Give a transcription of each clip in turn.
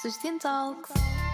Sustain Talks.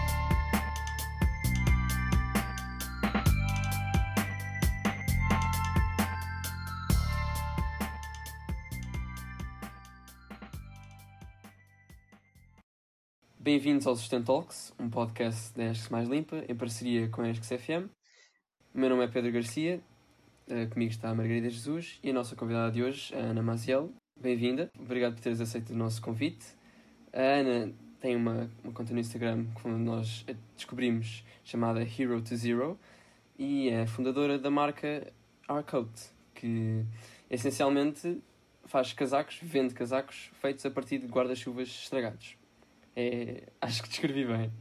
Bem-vindos ao Sustain Talks, um podcast da ESCS Mais Limpa, em parceria com a ESCS FM. O meu nome é Pedro Garcia, comigo está a Margarida Jesus e a nossa convidada de hoje, a Ana Maziel. Bem-vinda, obrigado por teres aceito o nosso convite. A Ana tem uma conta no Instagram que nós descobrimos, chamada Hero to Zero, e é fundadora da marca R-Coat, que essencialmente faz casacos, vende casacos feitos a partir de guarda-chuvas estragados. Acho que descrevi bem.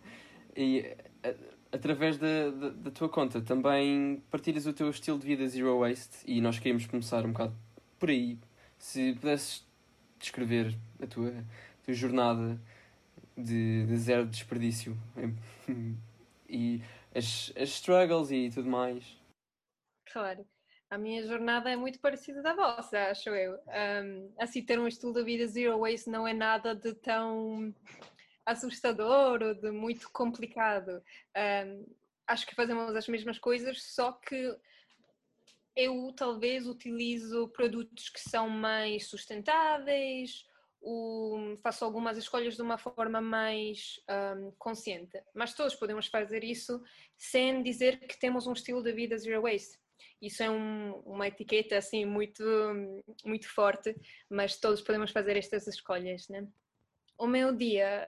E através da tua conta também partilhas o teu estilo de vida Zero Waste, e nós queríamos começar um bocado por aí. Se pudesses descrever a tua jornada de zero desperdício e as struggles e tudo mais. Claro, a minha jornada é muito parecida da vossa, acho eu. Assim, ter um estilo de vida Zero Waste não é nada de tão assustador ou de muito complicado. Acho que fazemos as mesmas coisas, só que eu talvez utilizo produtos que são mais sustentáveis, faço algumas escolhas de uma forma mais consciente. Mas todos podemos fazer isso sem dizer que temos um estilo de vida Zero Waste. Isso é uma etiqueta assim muito, muito forte, mas todos podemos fazer estas escolhas, né? O meu dia,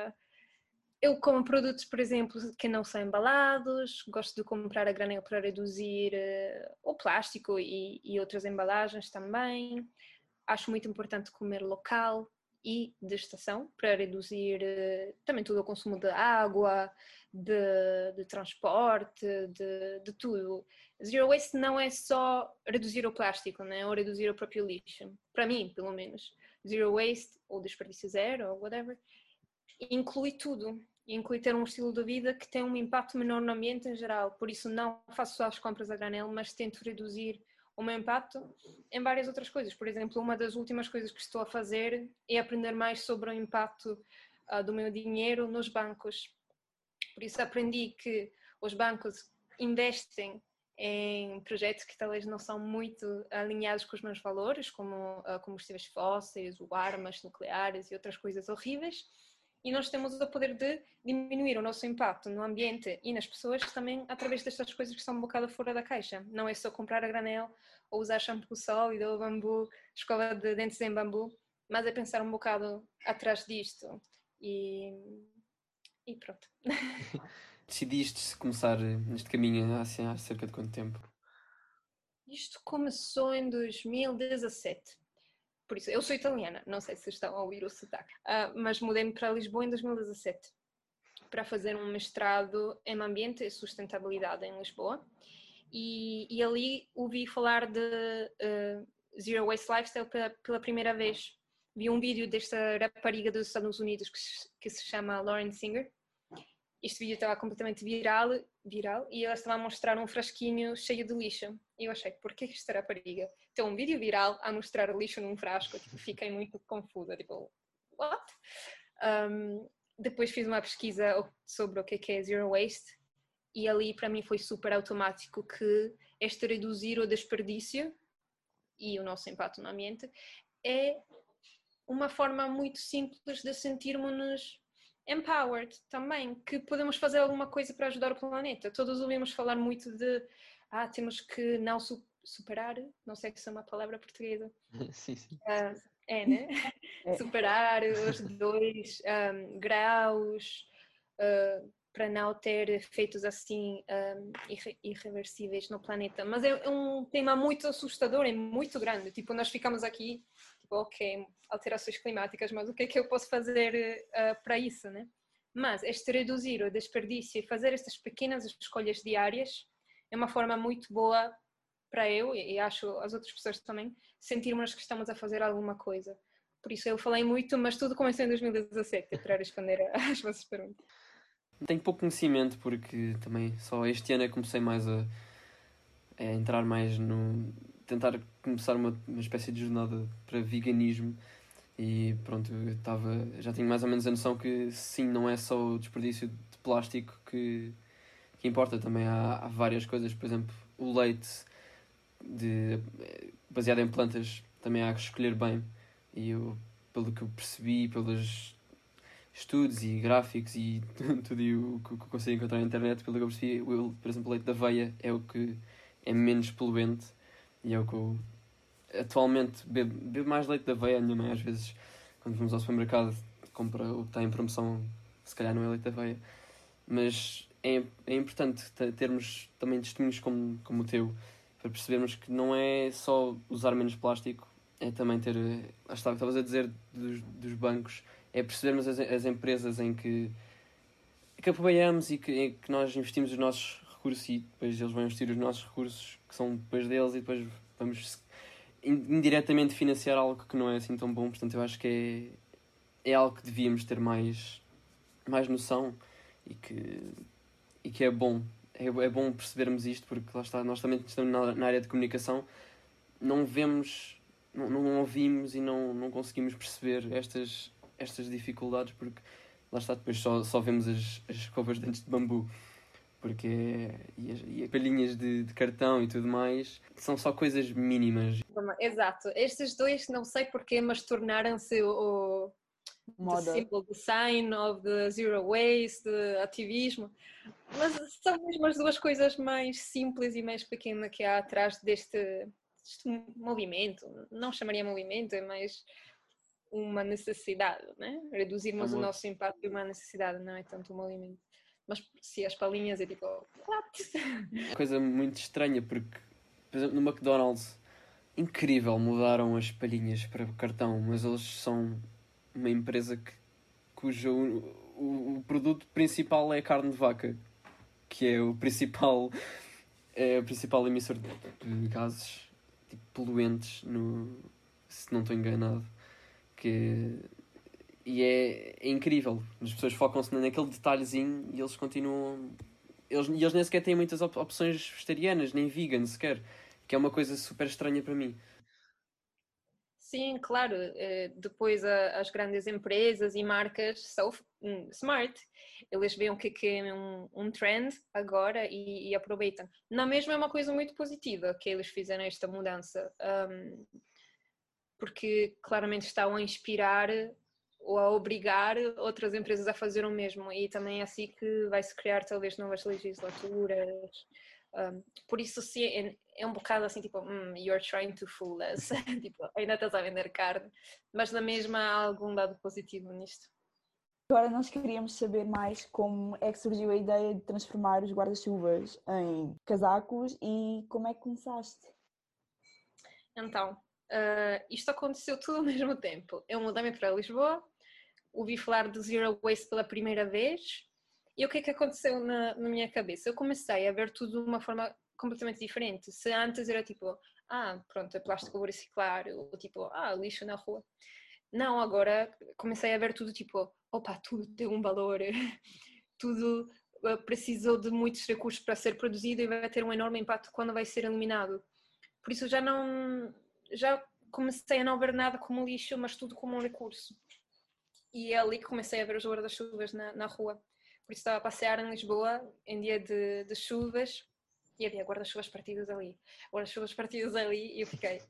eu como produtos, por exemplo, que não são embalados, gosto de comprar a granel para reduzir o plástico e outras embalagens também. Acho muito importante comer local e de estação para reduzir também todo o consumo de água, de transporte, de tudo. Zero Waste não é só reduzir o plástico, né? Ou reduzir o próprio lixo. Para mim, pelo menos. Zero Waste, ou desperdício zero, ou whatever, inclui tudo. Inclui ter um estilo de vida que tem um impacto menor no ambiente em geral. Por isso não faço só as compras a granel, mas tento reduzir o meu impacto em várias outras coisas. Por exemplo, uma das últimas coisas que estou a fazer é aprender mais sobre o impacto do meu dinheiro nos bancos. Por isso aprendi que os bancos investem em projetos que talvez não são muito alinhados com os meus valores, como combustíveis fósseis, armas nucleares e outras coisas horríveis. E nós temos o poder de diminuir o nosso impacto no ambiente e nas pessoas também através destas coisas que estão um bocado fora da caixa. Não é só comprar a granel ou usar shampoo sólido ou bambu, escova de dentes em bambu, mas é pensar um bocado atrás disto e pronto. Decidiste começar neste caminho há cerca de quanto tempo? Isto começou em 2017. Por isso, eu sou italiana, não sei se estão a ouvir o sotaque, mas mudei-me para Lisboa em 2017 para fazer um mestrado em ambiente e sustentabilidade em Lisboa, e ali ouvi falar de Zero Waste Lifestyle pela primeira vez. Vi um vídeo desta rapariga dos Estados Unidos que se chama Lauren Singer. Este vídeo estava completamente viral e ela estava a mostrar um frasquinho cheio de lixo. E eu achei, porquê que esta rapariga tem um vídeo viral a mostrar lixo num frasco? Tipo, fiquei muito confusa, tipo, what? Depois fiz uma pesquisa sobre o que é Zero Waste e ali para mim foi super automático que este reduzir o desperdício e o nosso impacto no ambiente é uma forma muito simples de sentirmos-nos empowered também, que podemos fazer alguma coisa para ajudar o planeta. Todos ouvimos falar muito de temos que não superar, não sei se é uma palavra portuguesa. Sim, sim. Né? Superar os 2 graus para não ter efeitos assim irreversíveis no planeta. Mas é um tema muito assustador, é muito grande. Tipo, nós ficamos aqui, tipo, ok, alterações climáticas, mas o que é que eu posso fazer para isso, né? Mas este reduzir o desperdício e fazer estas pequenas escolhas diárias é uma forma muito boa para eu, e acho as outras pessoas também, sentirmos que estamos a fazer alguma coisa. Por isso eu falei muito, mas tudo começou em 2017, para responder às vossas perguntas. Tenho pouco conhecimento porque também só este ano comecei mais a entrar mais no... tentar começar uma espécie de jornada para veganismo, E pronto, já tinha mais ou menos a noção que sim, não é só o desperdício de plástico que importa, também há várias coisas, por exemplo, o leite baseado em plantas também há que escolher bem. E eu, pelo que eu percebi, pelos estudos e gráficos e tudo o que eu consigo encontrar na internet, pelo que eu percebi, por exemplo, o leite da aveia é o que é menos poluente e é o que eu atualmente bebo mais leite de aveia. A minha mãe às vezes, quando vamos ao supermercado, compra o que está em promoção, se calhar não é leite de aveia, mas é importante termos também testemunhos como o teu, para percebermos que não é só usar menos plástico, é também ter, estavas a dizer dos bancos, é percebermos as empresas em que apoiamos e em que nós investimos os nossos recursos e depois eles vão investir os nossos recursos, que são depois deles, e depois vamos indiretamente financiar algo que não é assim tão bom. Portanto, eu acho que é algo que devíamos ter mais noção e que é bom. É bom percebermos isto, porque lá está, nós também estamos na área de comunicação, não vemos, não ouvimos e não conseguimos perceber estas dificuldades, porque lá está, depois só vemos as escovas de dentes de bambu, porque e as palhinhas de cartão e tudo mais são só coisas mínimas. Exato. Estes dois, não sei porquê, mas tornaram-se o the Moda. symbol, the sign of the zero waste, de ativismo. Mas são mesmo as duas coisas mais simples e mais pequenas que há atrás deste movimento. Não chamaria movimento, é mais uma necessidade, né? Reduzirmos o nosso impacto é uma necessidade, não é tanto um movimento. Mas se as palhinhas é tipo... Coisa muito estranha, porque, por exemplo, no McDonald's, incrível, mudaram as palhinhas para cartão, mas eles são uma empresa cujo o produto principal é a carne de vaca, que é o principal emissor de gases tipo, poluentes, se não estou enganado. E é incrível. As pessoas focam-se naquele detalhezinho e eles continuam. Eles nem sequer têm muitas opções vegetarianas, nem vegan sequer, que é uma coisa super estranha para mim. Sim, claro. Depois as grandes empresas e marcas são smart. Eles veem o que é um trend agora e aproveitam. Na mesma é uma coisa muito positiva que eles fizeram esta mudança. Porque claramente estão a inspirar ou a obrigar outras empresas a fazer o mesmo. E também é assim que vai-se criar talvez novas legislaturas. Por isso sim, é um bocado assim, tipo, you're trying to fool us. Tipo, ainda estás a vender carne, mas na mesma há algum lado positivo nisto. Agora nós queríamos saber mais como é que surgiu a ideia de transformar os guarda-chuvas em casacos e como é que começaste? Então, isto aconteceu tudo ao mesmo tempo. Eu mudei-me para Lisboa, ouvi falar do Zero Waste pela primeira vez. E o que é que aconteceu na minha cabeça? Eu comecei a ver tudo de uma forma completamente diferente. Se antes era tipo, pronto, é plástico, vou reciclar, ou tipo, lixo na rua. Não, agora comecei a ver tudo tipo, opa, tudo tem um valor, tudo precisou de muitos recursos para ser produzido e vai ter um enorme impacto quando vai ser eliminado. Por isso já comecei a não ver nada como lixo, mas tudo como um recurso. E é ali que comecei a ver os guarda-chuvas na rua. Por isso estava a passear em Lisboa em dia de chuvas e havia guarda-chuvas partidos ali. Guarda-chuvas partidos ali e eu fiquei,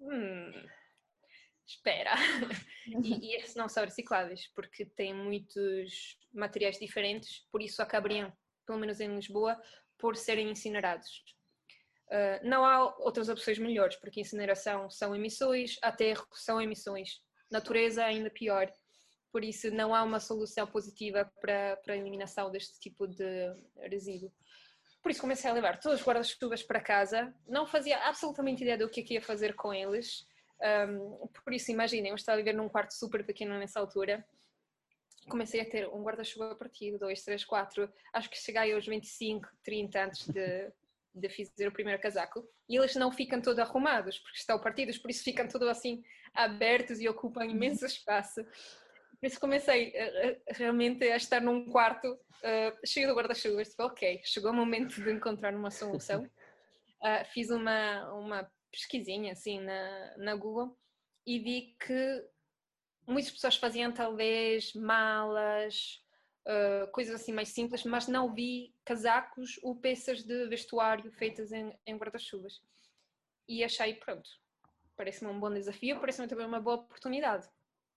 espera. E estes não são recicláveis porque têm muitos materiais diferentes, por isso acabariam, pelo menos em Lisboa, por serem incinerados. Não há outras opções melhores, porque incineração são emissões, aterro são emissões, natureza ainda pior. Por isso não há uma solução positiva para a eliminação deste tipo de resíduo. Por isso comecei a levar todos os guarda-chuvas para casa, não fazia absolutamente ideia do que ia fazer com eles. Por isso imaginem, eu estava a viver num quarto super pequeno nessa altura. Comecei a ter um guarda-chuva partido, 2, 3, 4, acho que cheguei aos 25, 30 antes de fazer o primeiro casaco, e eles não ficam todos arrumados, porque estão partidos, por isso ficam todos assim abertos e ocupam imenso espaço. Por isso comecei realmente a estar num quarto cheio de guarda-chuvas. Tipo, ok, chegou o momento de encontrar uma solução. Fiz uma pesquisinha assim na Google e vi que muitas pessoas faziam talvez malas, coisas assim mais simples, mas não vi casacos ou peças de vestuário feitas em guarda-chuvas. E achei, pronto, parece-me um bom desafio, parece-me também uma boa oportunidade.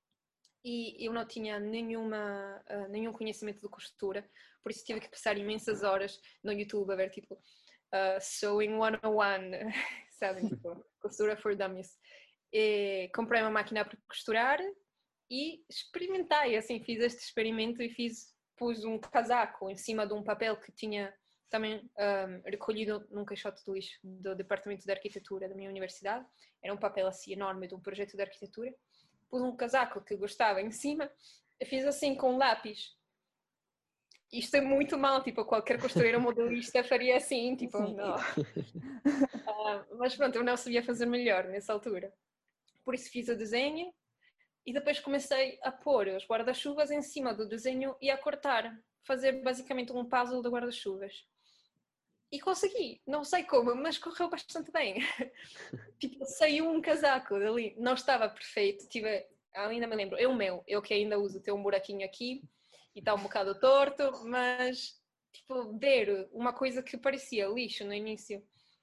E eu não tinha nenhum conhecimento de costura, por isso tive que passar imensas horas no YouTube a ver tipo Sewing 101, sabe, tipo, costura for dummies. E comprei uma máquina para costurar e experimentei, assim, fiz este experimento e pus um casaco em cima de um papel que tinha também recolhido num caixote de lixo do Departamento de Arquitetura da minha universidade. Era um papel assim enorme de um projeto de arquitetura. Pus um casaco que gostava em cima e fiz assim com um lápis. Isto é muito mal, tipo, qualquer costureira modelista faria assim, tipo, Sim. não. Mas pronto, eu não sabia fazer melhor nessa altura. Por isso fiz o desenho e depois comecei a pôr os guarda-chuvas em cima do desenho e a cortar, fazer basicamente um puzzle de guarda-chuvas. E consegui, não sei como, mas correu bastante bem. Tipo, saiu um casaco dali, não estava perfeito, ainda me lembro, eu que ainda uso, tem um buraquinho aqui e está um bocado torto, mas tipo, ver uma coisa que parecia lixo no início,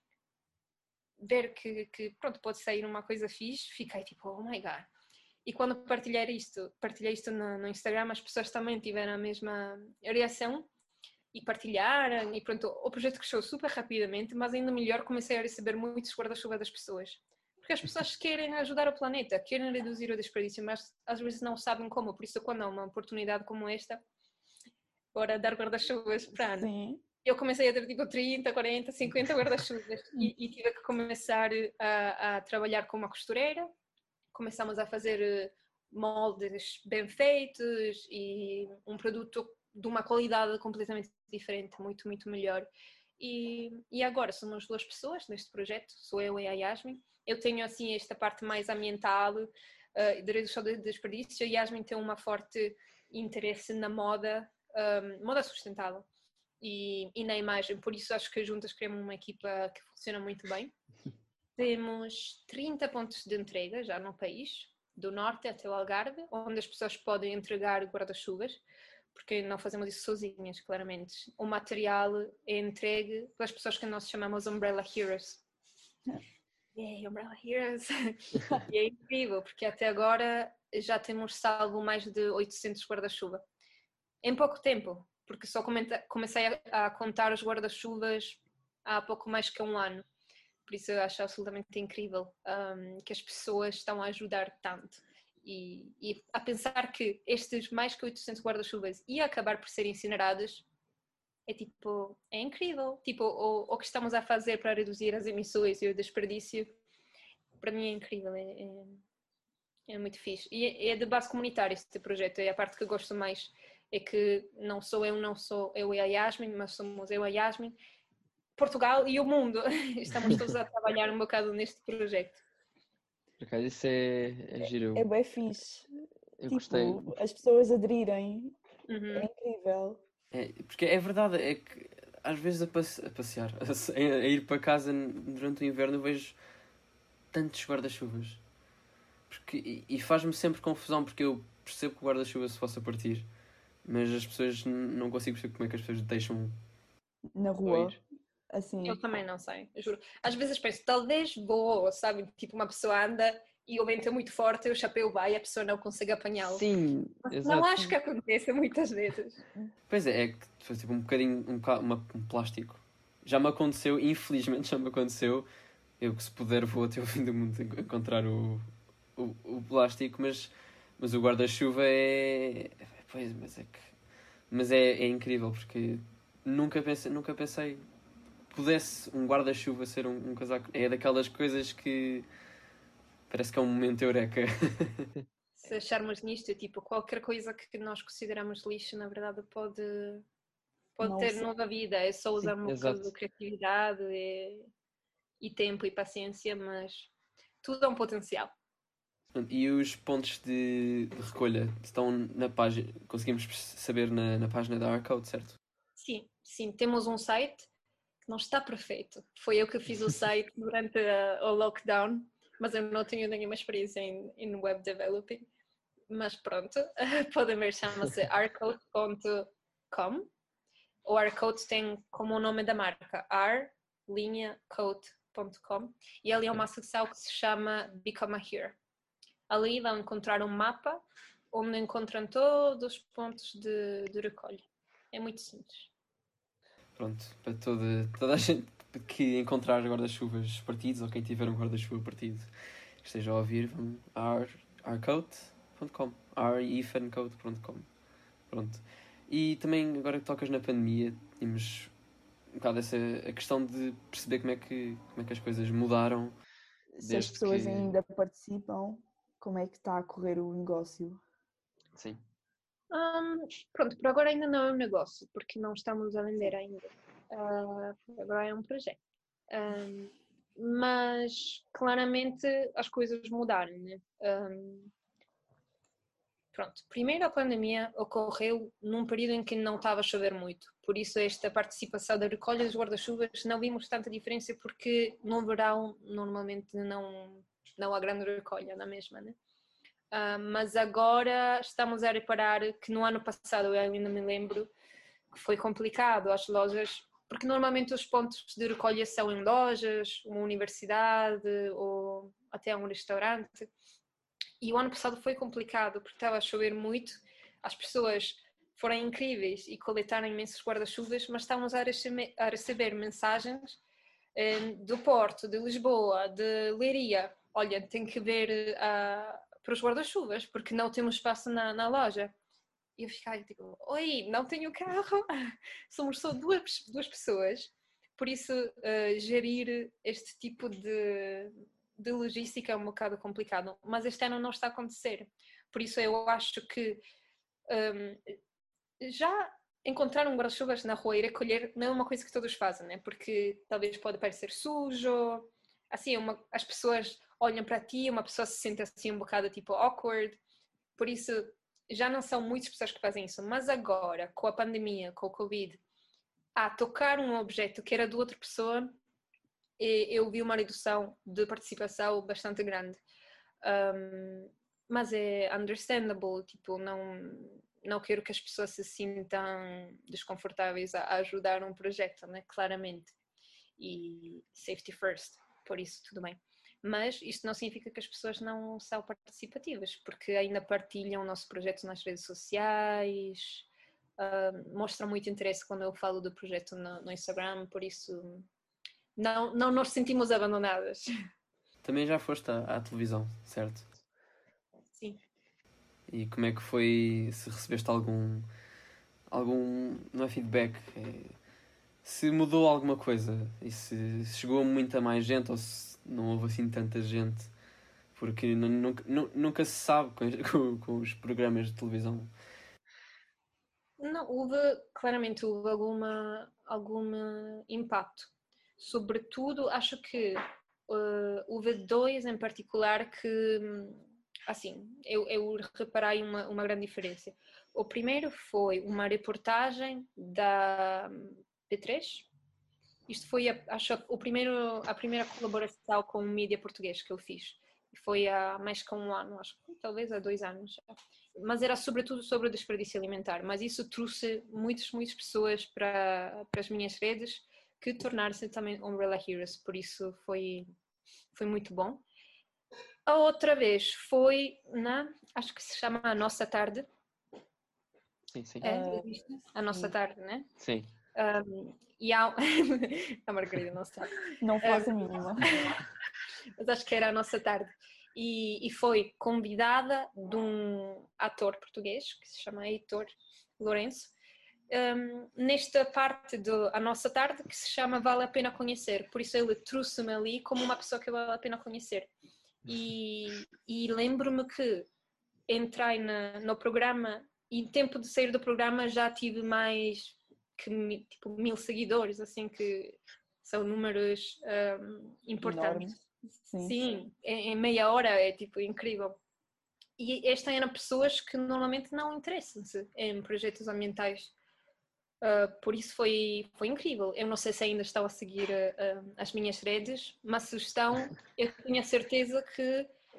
ver que pronto, pode sair uma coisa fixe, fiquei tipo, oh my god. E quando partilhei isto no Instagram, as pessoas também tiveram a mesma reação e partilharam, e pronto, o projeto cresceu super rapidamente, mas ainda melhor, comecei a receber muitos guarda-chuva das pessoas. Porque as pessoas querem ajudar o planeta, querem reduzir o desperdício, mas às vezes não sabem como, por isso quando há uma oportunidade como esta, bora dar guarda-chuvas para a Ana. Sim. Eu comecei a ter tipo 30, 40, 50 guarda-chuvas e tive que começar a trabalhar com uma costureira. Começamos a fazer moldes bem feitos e um produto de uma qualidade completamente diferente, muito, muito melhor. E agora somos duas pessoas neste projeto, sou eu e a Yasmin. Eu tenho assim esta parte mais ambiental, de redução de desperdício. A Yasmin tem uma forte interesse na moda, moda sustentável e na imagem, por isso acho que juntas criamos uma equipa que funciona muito bem. Temos 30 pontos de entrega já no país, do norte até o Algarve, onde as pessoas podem entregar guarda-chuvas, porque não fazemos isso sozinhas, claramente. O material é entregue pelas pessoas que nós chamamos Umbrella Heroes. Yay, Umbrella Heroes! E é incrível, porque até agora já temos salvo mais de 800 guarda-chuva. Em pouco tempo, porque só comecei a contar os guarda-chuvas há pouco mais que um ano. Por isso eu acho absolutamente incrível que as pessoas estão a ajudar tanto. E a pensar que estes mais que 800 guarda-chuvas iam acabar por ser incinerados, é tipo, é incrível. Tipo, o que estamos a fazer para reduzir as emissões e o desperdício, para mim é incrível, é muito fixe. E é de base comunitária este projeto, é a parte que eu gosto mais, é que não sou eu e a Yasmin, mas somos eu e a Yasmin, Portugal e o mundo. Estamos todos a trabalhar um bocado neste projeto. Por acaso isso é giro. É bem fixe. Eu Tipo, gostei. as pessoas aderirem. Uhum. É incrível. Porque é verdade, é que às vezes a passear, a ir para casa durante o inverno eu vejo tantos guarda-chuvas. E faz-me sempre confusão porque eu percebo que o guarda-chuva se possa partir, mas as pessoas não consigo perceber como é que as pessoas deixam Na só rua. ir. Assim. Eu também não sei, eu juro. Às vezes penso, talvez vou, sabe? Tipo, uma pessoa anda e o vento é muito forte, o chapéu vai e a pessoa não consegue apanhá-lo. Sim, Não exato. acho que aconteça muitas vezes. Pois é que foi tipo um bocadinho um plástico. Já me aconteceu, infelizmente já me aconteceu. Eu que se puder vou até o fim do mundo encontrar o plástico, mas o guarda-chuva é. Pois, mas é incrível porque nunca pensei pudesse um guarda-chuva ser um casaco. É daquelas coisas que parece que é um momento eureka. Se acharmos nisto, tipo, qualquer coisa que nós consideramos lixo, na verdade, pode Não ter sei. nova vida. É só usar um bocado Exato. de criatividade e tempo e paciência, mas tudo é um potencial. E os pontos de recolha estão na página, conseguimos saber na página da Arcode, certo? Sim, sim, temos um site que não está perfeito. Foi eu que fiz o site durante o lockdown, mas eu não tenho nenhuma experiência em web developing. mas pronto, podem ver, chama-se rcoat.com. O rcoat tem como o nome da marca r-coat.com e ali é uma secção que se chama Become a Hero. Ali vão encontrar um mapa onde encontram todos os pontos de recolha. É muito simples. Pronto, para toda a gente que encontrar guarda-chuvas partidos ou quem tiver um guarda-chuva partido que esteja a ouvir, vamos a rcoat.com, r-coat.com. Pronto. E também, agora que tocas na pandemia, tínhamos um bocado a questão de perceber como é que as coisas mudaram. Se as pessoas ainda participam, como é que está a correr o negócio? Sim. Pronto, por agora ainda não é um negócio, porque não estamos a vender ainda. Agora é um projeto. Mas claramente as coisas mudaram, né? Pronto, primeiro a pandemia ocorreu num período em que não estava a chover muito, por isso esta participação da recolha dos guarda-chuvas não vimos tanta diferença porque no verão normalmente não há grande recolha na mesma, né? Mas agora estamos a reparar que no ano passado, eu ainda me lembro, que foi complicado as lojas, porque normalmente os pontos de recolha são em lojas, uma universidade ou até um restaurante. E o ano passado foi complicado porque estava a chover muito, as pessoas foram incríveis e coletaram imensos guarda-chuvas, mas estávamos a receber mensagens do Porto, de Lisboa, de Leiria. Olha, tem que ver para os guarda-chuvas porque não temos espaço na loja. E eu ficava tipo, oi, não tenho carro, somos só duas pessoas, por isso gerir este tipo de logística é um bocado complicado, mas este ano não está a acontecer, por isso eu acho que já encontrar um guarda-chuvas na rua e recolher não é uma coisa que todos fazem, né? Porque talvez pode parecer sujo, assim, as pessoas olham para ti, uma pessoa se sente assim um bocado tipo awkward, por isso já não são muitas pessoas que fazem isso, mas agora, com a pandemia, com o Covid, a tocar um objeto que era de outra pessoa, eu vi uma redução de participação bastante grande. Mas é understandable, tipo, não quero que as pessoas se sintam desconfortáveis a ajudar um projeto, né? Claramente. E safety first, por isso tudo bem. Mas isto não significa que as pessoas não são participativas, porque ainda partilham o nosso projeto nas redes sociais, mostram muito interesse quando eu falo do projeto no Instagram, por isso não nos sentimos abandonadas. Também já foste à televisão, certo? Sim. E como é que foi, se recebeste algum não é feedback, se mudou alguma coisa e se chegou a muita mais gente ou se não houve assim tanta gente, porque nunca se sabe com os programas de televisão. Não, claramente houve algum impacto. Sobretudo, acho que houve dois em particular que, assim, eu reparei uma grande diferença. O primeiro foi uma reportagem da P3. Isto foi, acho, a primeira colaboração com o mídia português que eu fiz. Foi há mais que um ano, acho que talvez há 2 anos já. Mas era sobretudo sobre o desperdício alimentar. Mas isso trouxe muitas pessoas para as minhas redes que tornaram-se também Umbrella Heroes. Por isso foi muito bom. A outra vez foi acho que se chama A Nossa Tarde. Sim. A Nossa Tarde, né? Sim. E há... a Margarida não sabe. Não faço a mínima. Mas acho que era A Nossa Tarde. E foi convidada de um ator português que se chama Heitor Lourenço, nesta parte do A Nossa Tarde que se chama Vale a Pena Conhecer. Por isso ele trouxe-me ali como uma pessoa que vale a pena conhecer. E lembro-me que entrei no programa e em tempo de sair do programa já tive mais que tipo 1000 seguidores, assim, que são números importantes. Enorme. Sim. Sim, em meia hora é tipo incrível. E estas eram pessoas que normalmente não interessam-se em projetos ambientais. Por isso foi incrível. Eu não sei se ainda estão a seguir as minhas redes, mas se estão, eu tenho a certeza que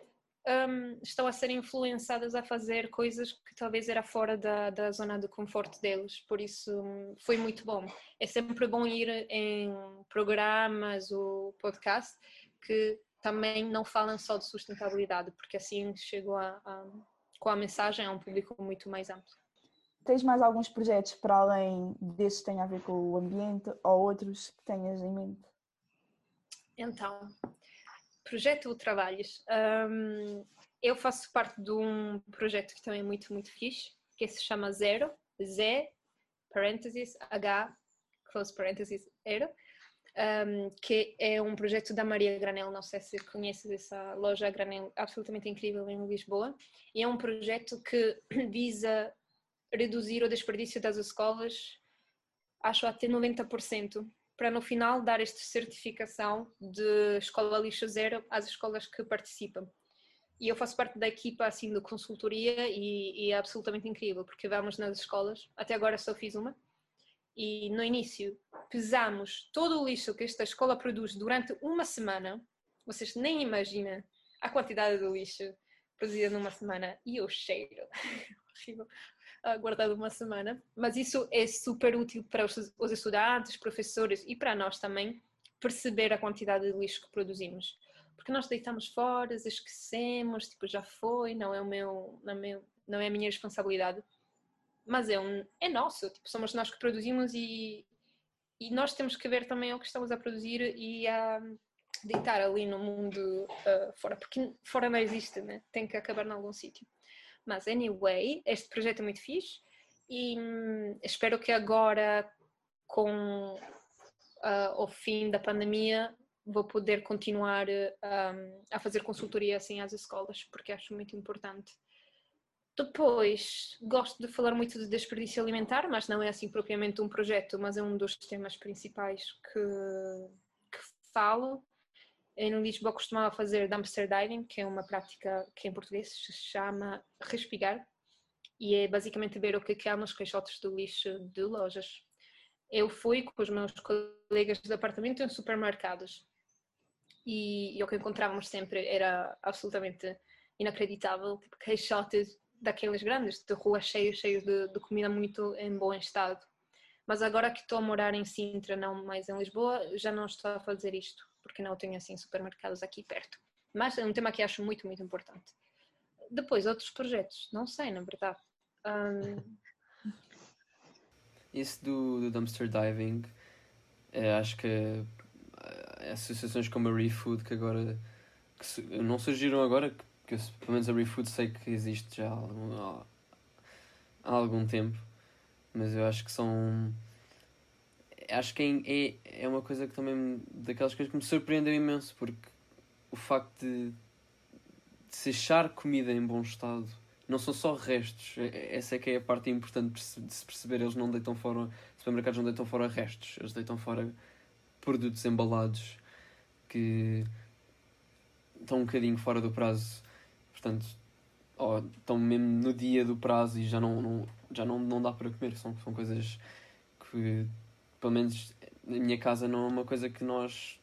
estão a ser influenciadas a fazer coisas que talvez era fora da zona de conforto deles, por isso foi muito bom. É sempre bom ir em programas ou podcast que também não falam só de sustentabilidade, porque assim chego com a mensagem a um público muito mais amplo. Tens mais alguns projetos para além desses que têm a ver com o ambiente ou outros que tenhas em mente? Então, projeto ou trabalhos? Eu faço parte de um projeto que também é muito, muito fixe, que se chama Zero, Z, parênteses, H, close parênteses, Zero, que é um projeto da Maria Granel, não sei se conheces essa loja Granel absolutamente incrível em Lisboa, e é um projeto que visa reduzir o desperdício das escolas, acho até 90%, para no final dar esta certificação de escola lixo zero às escolas que participam. E eu faço parte da equipa assim de consultoria e é absolutamente incrível, porque vamos nas escolas, até agora só fiz uma, e no início pesamos todo o lixo que esta escola produz durante uma semana, vocês nem imaginam a quantidade de lixo produzida numa semana e o cheiro, horrível, guardado uma semana, mas isso é super útil para os estudantes, professores e para nós também perceber a quantidade de lixo que produzimos, porque nós deitamos fora, esquecemos, tipo, já foi, não é a minha responsabilidade, mas é nosso, tipo, somos nós que produzimos e nós temos que ver também o que estamos a produzir e a deitar ali no mundo fora, porque fora não existe, né? Tem que acabar em algum sítio. Mas, anyway, este projeto é muito fixe e espero que agora, com o fim da pandemia, vou poder continuar a fazer consultoria assim às escolas, porque acho muito importante. Depois, gosto de falar muito de desperdício alimentar, mas não é assim propriamente um projeto, mas é um dos temas principais que falo. Em Lisboa costumava fazer dumpster diving, que é uma prática que em português se chama respigar, e é basicamente ver o que há nos caixotes do lixo de lojas. Eu fui com os meus colegas de apartamento em supermercados e o que encontrávamos sempre era absolutamente inacreditável, tipo caixotes daqueles grandes, de rua cheios de comida muito em bom estado. Mas agora que estou a morar em Sintra, não mais em Lisboa, já não estou a fazer isto, porque não tenho assim supermercados aqui perto. Mas é um tema que acho muito, muito importante. Depois, outros projetos, não sei, na verdade. Isso do dumpster diving, acho que associações como a ReFood, que agora não surgiram agora, que pelo menos a ReFood sei que existe já há algum tempo, mas eu acho que acho que é uma coisa que também, daquelas coisas que me surpreendeu imenso, porque o facto de se achar comida em bom estado não são só restos, essa é que é a parte importante de se perceber. Eles não deitam fora, supermercados não deitam fora restos, eles deitam fora produtos embalados que estão um bocadinho fora do prazo, portanto, estão mesmo no dia do prazo e já não dá para comer. São coisas que, pelo menos na minha casa, não é uma coisa que nós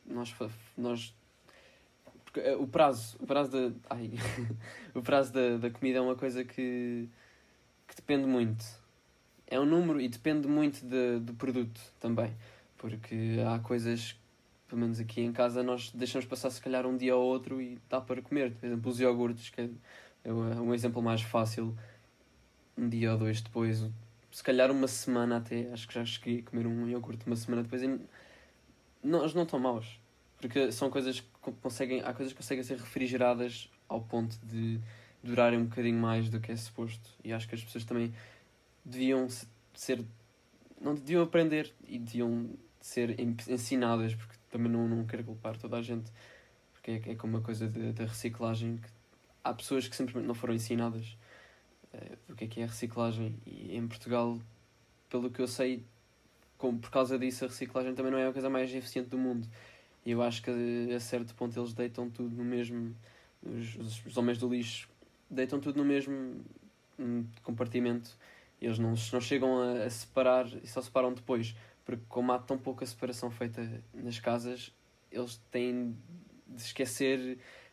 porque o prazo o prazo da comida é uma coisa que depende muito. É um número e depende muito do produto também, porque há coisas, pelo menos aqui em casa, nós deixamos passar se calhar um dia ou outro e dá para comer. Por exemplo, os iogurtes, que é um exemplo mais fácil, um dia ou dois depois, se calhar uma semana até, acho que já cheguei a comer um iogurte uma semana depois e eles não estão maus, porque são coisas que há coisas que conseguem ser refrigeradas ao ponto de durarem um bocadinho mais do que é suposto, e acho que as pessoas também deviam não deviam aprender e deviam ser ensinadas, porque também não quero culpar toda a gente, porque é como uma coisa da reciclagem, que há pessoas que simplesmente não foram ensinadas do que é reciclagem, e em Portugal, pelo que eu sei, por causa disso, a reciclagem também não é a coisa mais eficiente do mundo, e eu acho que a certo ponto eles deitam tudo no mesmo, os homens do lixo deitam tudo no mesmo compartimento. Eles não chegam a separar e só separam depois, porque como há tão pouca separação feita nas casas, eles têm de esquecer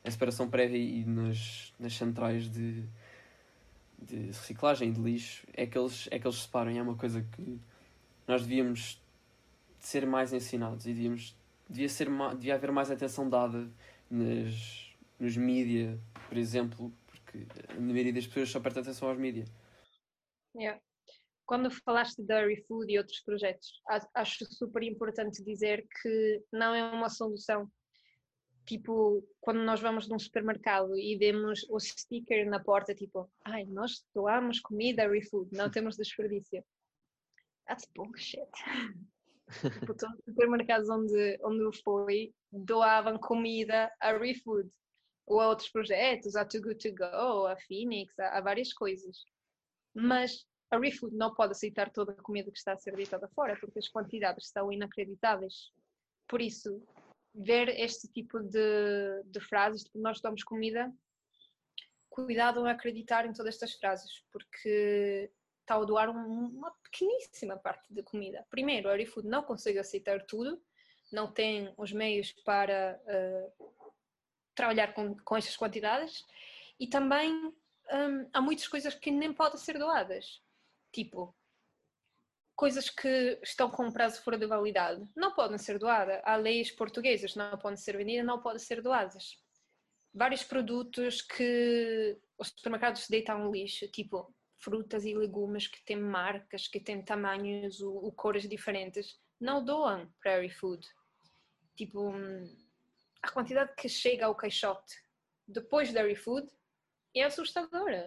a separação prévia e nas centrais de reciclagem e de lixo é que eles se separam. E é uma coisa que nós devíamos ser mais ensinados e devia haver mais atenção dada nos mídia, por exemplo, porque a maioria das pessoas só presta atenção aos mídia. Yeah. Quando falaste da ReFood e outros projetos, acho super importante dizer que não é uma solução. Tipo, quando nós vamos num supermercado e vemos o sticker na porta, tipo, ai, nós doamos comida a ReFood, não temos desperdício. That's bullshit. Tipo, todos os supermercados onde eu fui doavam comida a ReFood ou a outros projetos, a Too Good To Go, a Phoenix, a várias coisas. Mas a ReFood não pode aceitar toda a comida que está a ser deitada fora porque as quantidades são inacreditáveis. Por isso, ver este tipo de frases, tipo, nós damos comida, cuidado a acreditar em todas estas frases, porque está a doar uma pequeníssima parte de comida. Primeiro, a ReFood não consegue aceitar tudo, não tem os meios para trabalhar com estas quantidades e também há muitas coisas que nem podem ser doadas. Tipo, coisas que estão com prazo fora de validade não podem ser doadas. Há leis portuguesas, não podem ser vendidas, não podem ser doadas. Vários produtos que os supermercados deitam no lixo, tipo frutas e legumes que têm marcas, que têm tamanhos ou cores diferentes, não doam para a ReFood. Tipo, a quantidade que chega ao caixote depois da ReFood é assustadora.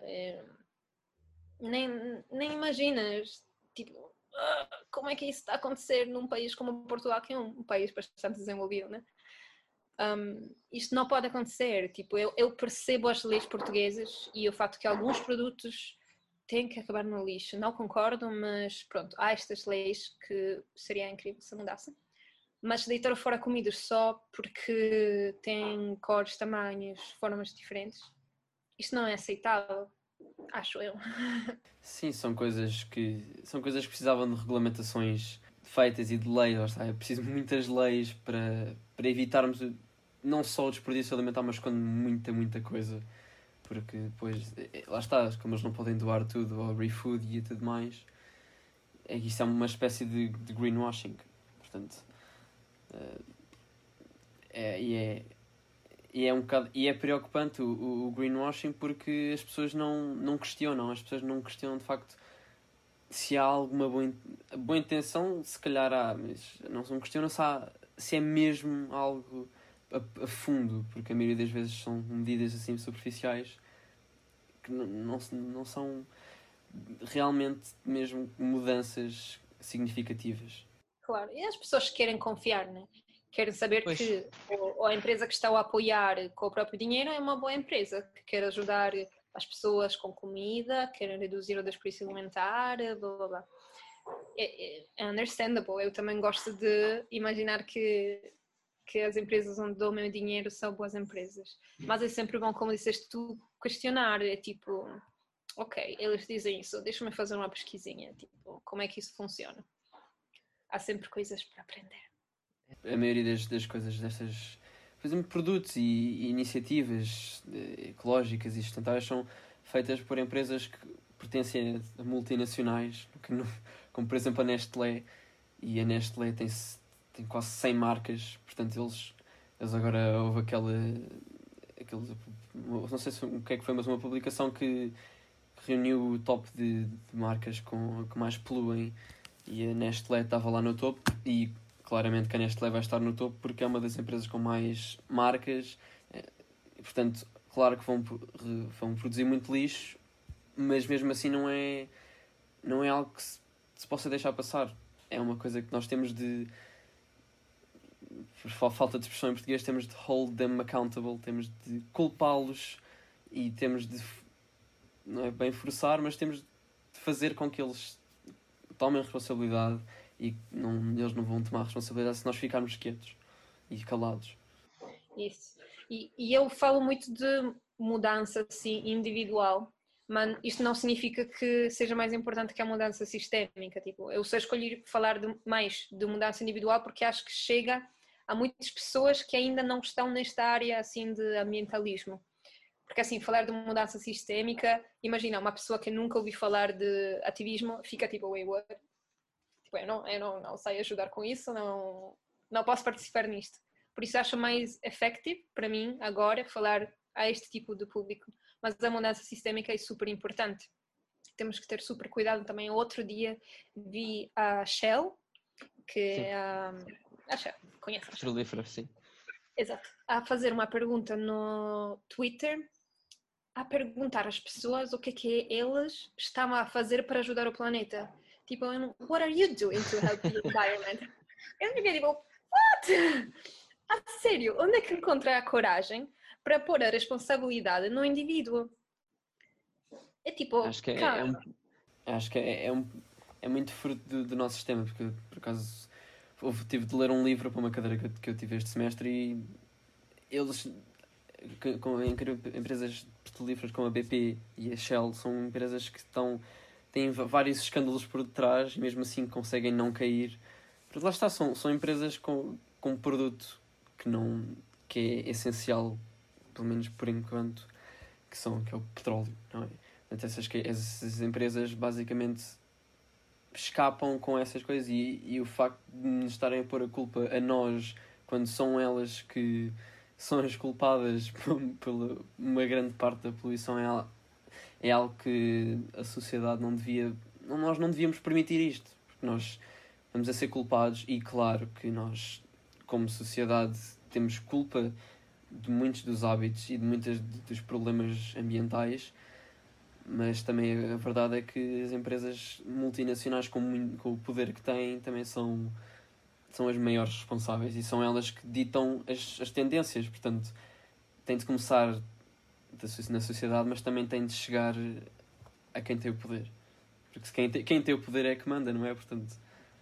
Nem imaginas, tipo, como é que isso está a acontecer num país como Portugal, que é um país bastante desenvolvido, né? Isto não pode acontecer. Tipo, eu percebo as leis portuguesas e o facto que alguns produtos têm que acabar no lixo. Não concordo, mas pronto, há estas leis que seria incrível se mudassem. Mas deitar fora comidas só porque têm cores, tamanhos, formas diferentes, isto não é aceitável, acho eu. Sim, são coisas que precisavam de regulamentações feitas e de leis. É preciso muitas leis para evitarmos não só o desperdício alimentar, mas com muita coisa. Porque depois, lá está, como eles não podem doar tudo ao ReFood e tudo mais, isso é uma espécie de greenwashing. Portanto, é preocupante o greenwashing porque as pessoas não questionam, de facto se há alguma boa intenção, se calhar há, mas não questionam se é mesmo algo a fundo, porque a maioria das vezes são medidas assim superficiais que não são realmente mesmo mudanças significativas. Claro, e as pessoas querem confiar, né? Querem saber que a empresa que está a apoiar com o próprio dinheiro é uma boa empresa, que quer ajudar as pessoas com comida, querem reduzir o desperdício alimentar, blá blá blá. É understandable. Eu também gosto de imaginar que as empresas onde dou o meu dinheiro são boas empresas. Mas é sempre bom, como disseste tu, questionar. É tipo, ok, eles dizem isso, deixa-me fazer uma pesquisinha. Tipo, como é que isso funciona? Há sempre coisas para aprender. A maioria das coisas destas, por exemplo, produtos e iniciativas ecológicas e sustentáveis são feitas por empresas que pertencem a multinacionais, como por exemplo a Nestlé, e a Nestlé tem quase 100 marcas, portanto eles agora houve não sei o que é que foi, mas uma publicação que reuniu o top de marcas que mais poluem, e a Nestlé estava lá no topo, e claramente que a Nestlé vai estar no topo porque é uma das empresas com mais marcas, e, portanto, claro que vão produzir muito lixo, mas mesmo assim não é algo que se possa deixar passar. É uma coisa que nós temos de, por falta de expressão em português, temos de hold them accountable, temos de culpá-los e temos de, não é bem forçar, mas temos de fazer com que eles tomem responsabilidade, e eles não vão tomar responsabilidade se nós ficarmos quietos e calados. Isso. E eu falo muito de mudança assim, individual, mas isto não significa que seja mais importante que a mudança sistémica. Tipo, eu só escolhi falar mais de mudança individual porque acho que chega há muitas pessoas que ainda não estão nesta área assim de ambientalismo. Porque assim, falar de mudança sistémica, imagina, uma pessoa que nunca ouviu falar de ativismo fica tipo, wayward. Tipo, eu não sei ajudar com isso, não posso participar nisto. Por isso acho mais effective para mim agora falar a este tipo de público. Mas a mudança sistémica é super importante. Temos que ter super cuidado também. Outro dia vi a Shell, que é a Shell, conhece a Shell? Petrolífero, sim. Exato. A fazer uma pergunta no Twitter, a perguntar às pessoas o que é eles estavam a fazer para ajudar o planeta. Tipo, what are you doing to help the environment? Eu fiquei tipo, what? A sério, onde é que encontra a coragem para pôr a responsabilidade no indivíduo? É tipo, Acho que cara, Acho que é muito fruto do nosso sistema, porque por acaso tive de ler um livro para uma cadeira que eu tive este semestre e eles, empresas petrolíferas como a BP e a Shell, são empresas que têm vários escândalos por detrás e mesmo assim conseguem não cair. Porque lá está, são empresas com um produto que é essencial, pelo menos por enquanto, que é o petróleo, não é? Portanto, essas empresas basicamente escapam com essas coisas e o facto de nos estarem a pôr a culpa a nós quando são elas que são as culpadas pela uma grande parte da poluição é algo que a sociedade não devia. Nós não devíamos permitir isto, porque nós estamos a ser culpados e claro que nós, como sociedade, temos culpa de muitos dos hábitos e de muitos dos problemas ambientais, mas também a verdade é que as empresas multinacionais com o poder que têm também são as maiores responsáveis e são elas que ditam as tendências, portanto tem de começar na sociedade, mas também tem de chegar a quem tem o poder, porque quem tem o poder é que manda, não é? Portanto,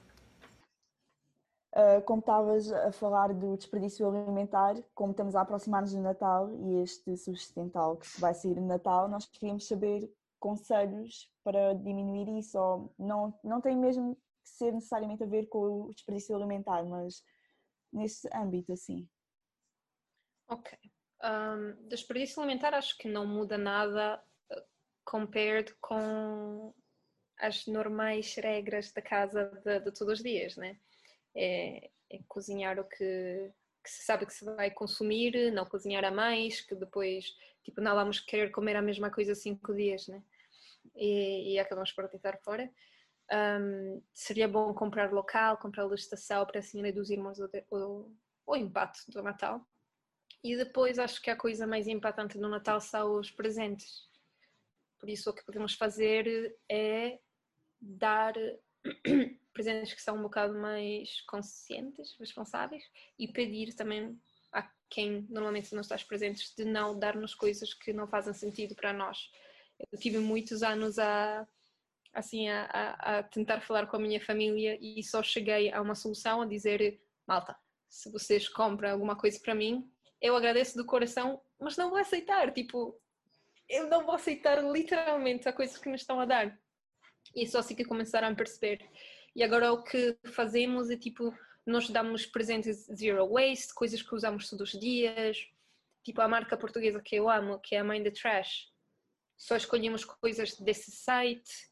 como estavas a falar do desperdício alimentar, como estamos a aproximar-nos do Natal e este sustentável que vai sair no Natal, nós queríamos saber conselhos para diminuir isso, ou não tem mesmo que ser necessariamente a ver com o desperdício alimentar, mas nesse âmbito, assim. ok. Desperdício alimentar acho que não muda nada compared com as normais regras da casa de todos os dias, né? É cozinhar o que se sabe que se vai consumir, não cozinhar a mais, que depois tipo, não vamos querer comer a mesma coisa 5 dias, né? E acabamos por deitar fora. Seria bom comprar local, comprar da estação para assim reduzirmos o impacto do Natal. E depois acho que a coisa mais impactante no Natal são os presentes. Por isso o que podemos fazer é dar presentes que são um bocado mais conscientes, responsáveis, e pedir também a quem normalmente não está presentes de não dar-nos coisas que não fazem sentido para nós. Eu tive muitos anos a tentar falar com a minha família e só cheguei a uma solução a dizer: malta, se vocês compram alguma coisa para mim, eu agradeço do coração, mas não vou aceitar, tipo, eu não vou aceitar literalmente a coisa que me estão a dar. E só assim que começaram a perceber. E agora o que fazemos é tipo, nós damos presentes zero waste, coisas que usamos todos os dias, tipo a marca portuguesa que eu amo, que é a Mãe da Trash. Só escolhemos coisas desse site.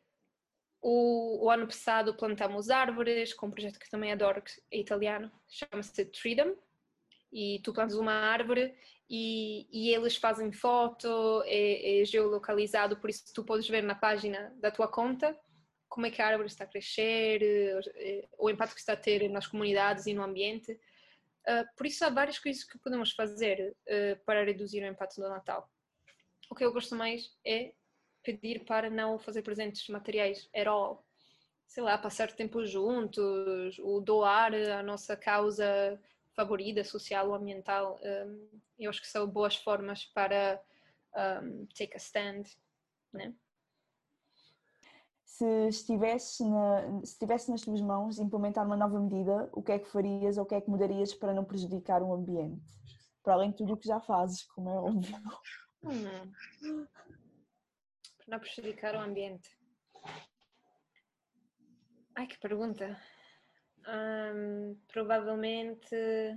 O ano passado plantamos árvores com um projeto que também adoro, que é italiano, chama-se Freedom. E tu plantas uma árvore e eles fazem foto, é geolocalizado, por isso tu podes ver na página da tua conta como é que a árvore está a crescer, o impacto que está a ter nas comunidades e no ambiente. Por isso há várias coisas que podemos fazer para reduzir o impacto do Natal. O que eu gosto mais é pedir para não fazer presentes materiais at all. Sei lá, passar tempo juntos, ou doar a nossa causa favorita, social ou ambiental. Eu acho que são boas formas para take a stand, né? Se estivesse nas tuas mãos implementar uma nova medida, o que é que farias ou o que é que mudarias para não prejudicar o ambiente? Para além de tudo o que já fazes, como é óbvio. Para não prejudicar o ambiente. Ai, que pergunta. Provavelmente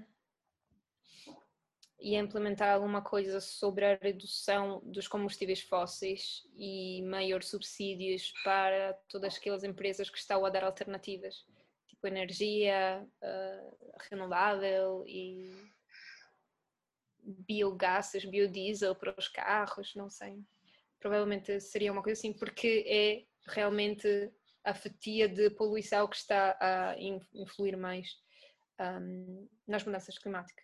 ia implementar alguma coisa sobre a redução dos combustíveis fósseis e maior subsídios para todas aquelas empresas que estão a dar alternativas, tipo energia renovável e biogases, biodiesel para os carros, não sei. Provavelmente seria uma coisa assim, porque é realmente a fatia de poluição que está a influir mais nas mudanças climáticas.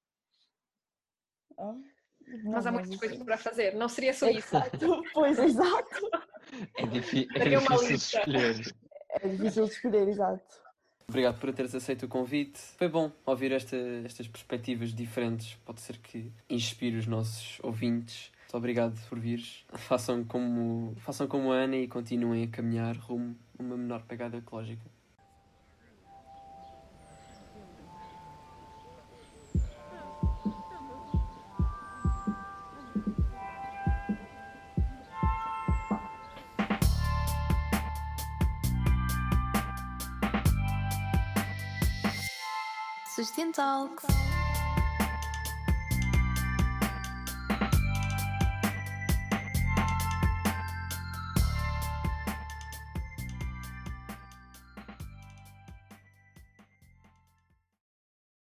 Mas há muitas coisas para fazer, não seria só isso. Pois, exato. É Daria uma difícil lista. escolher. É difícil de escolher, exato. Obrigado por teres aceito o convite. Foi bom ouvir estas perspectivas diferentes. Pode ser que inspire os nossos ouvintes. Muito obrigado por vires. Façam como a Ana e continuem a caminhar rumo a uma menor pegada ecológica. Sustentalks.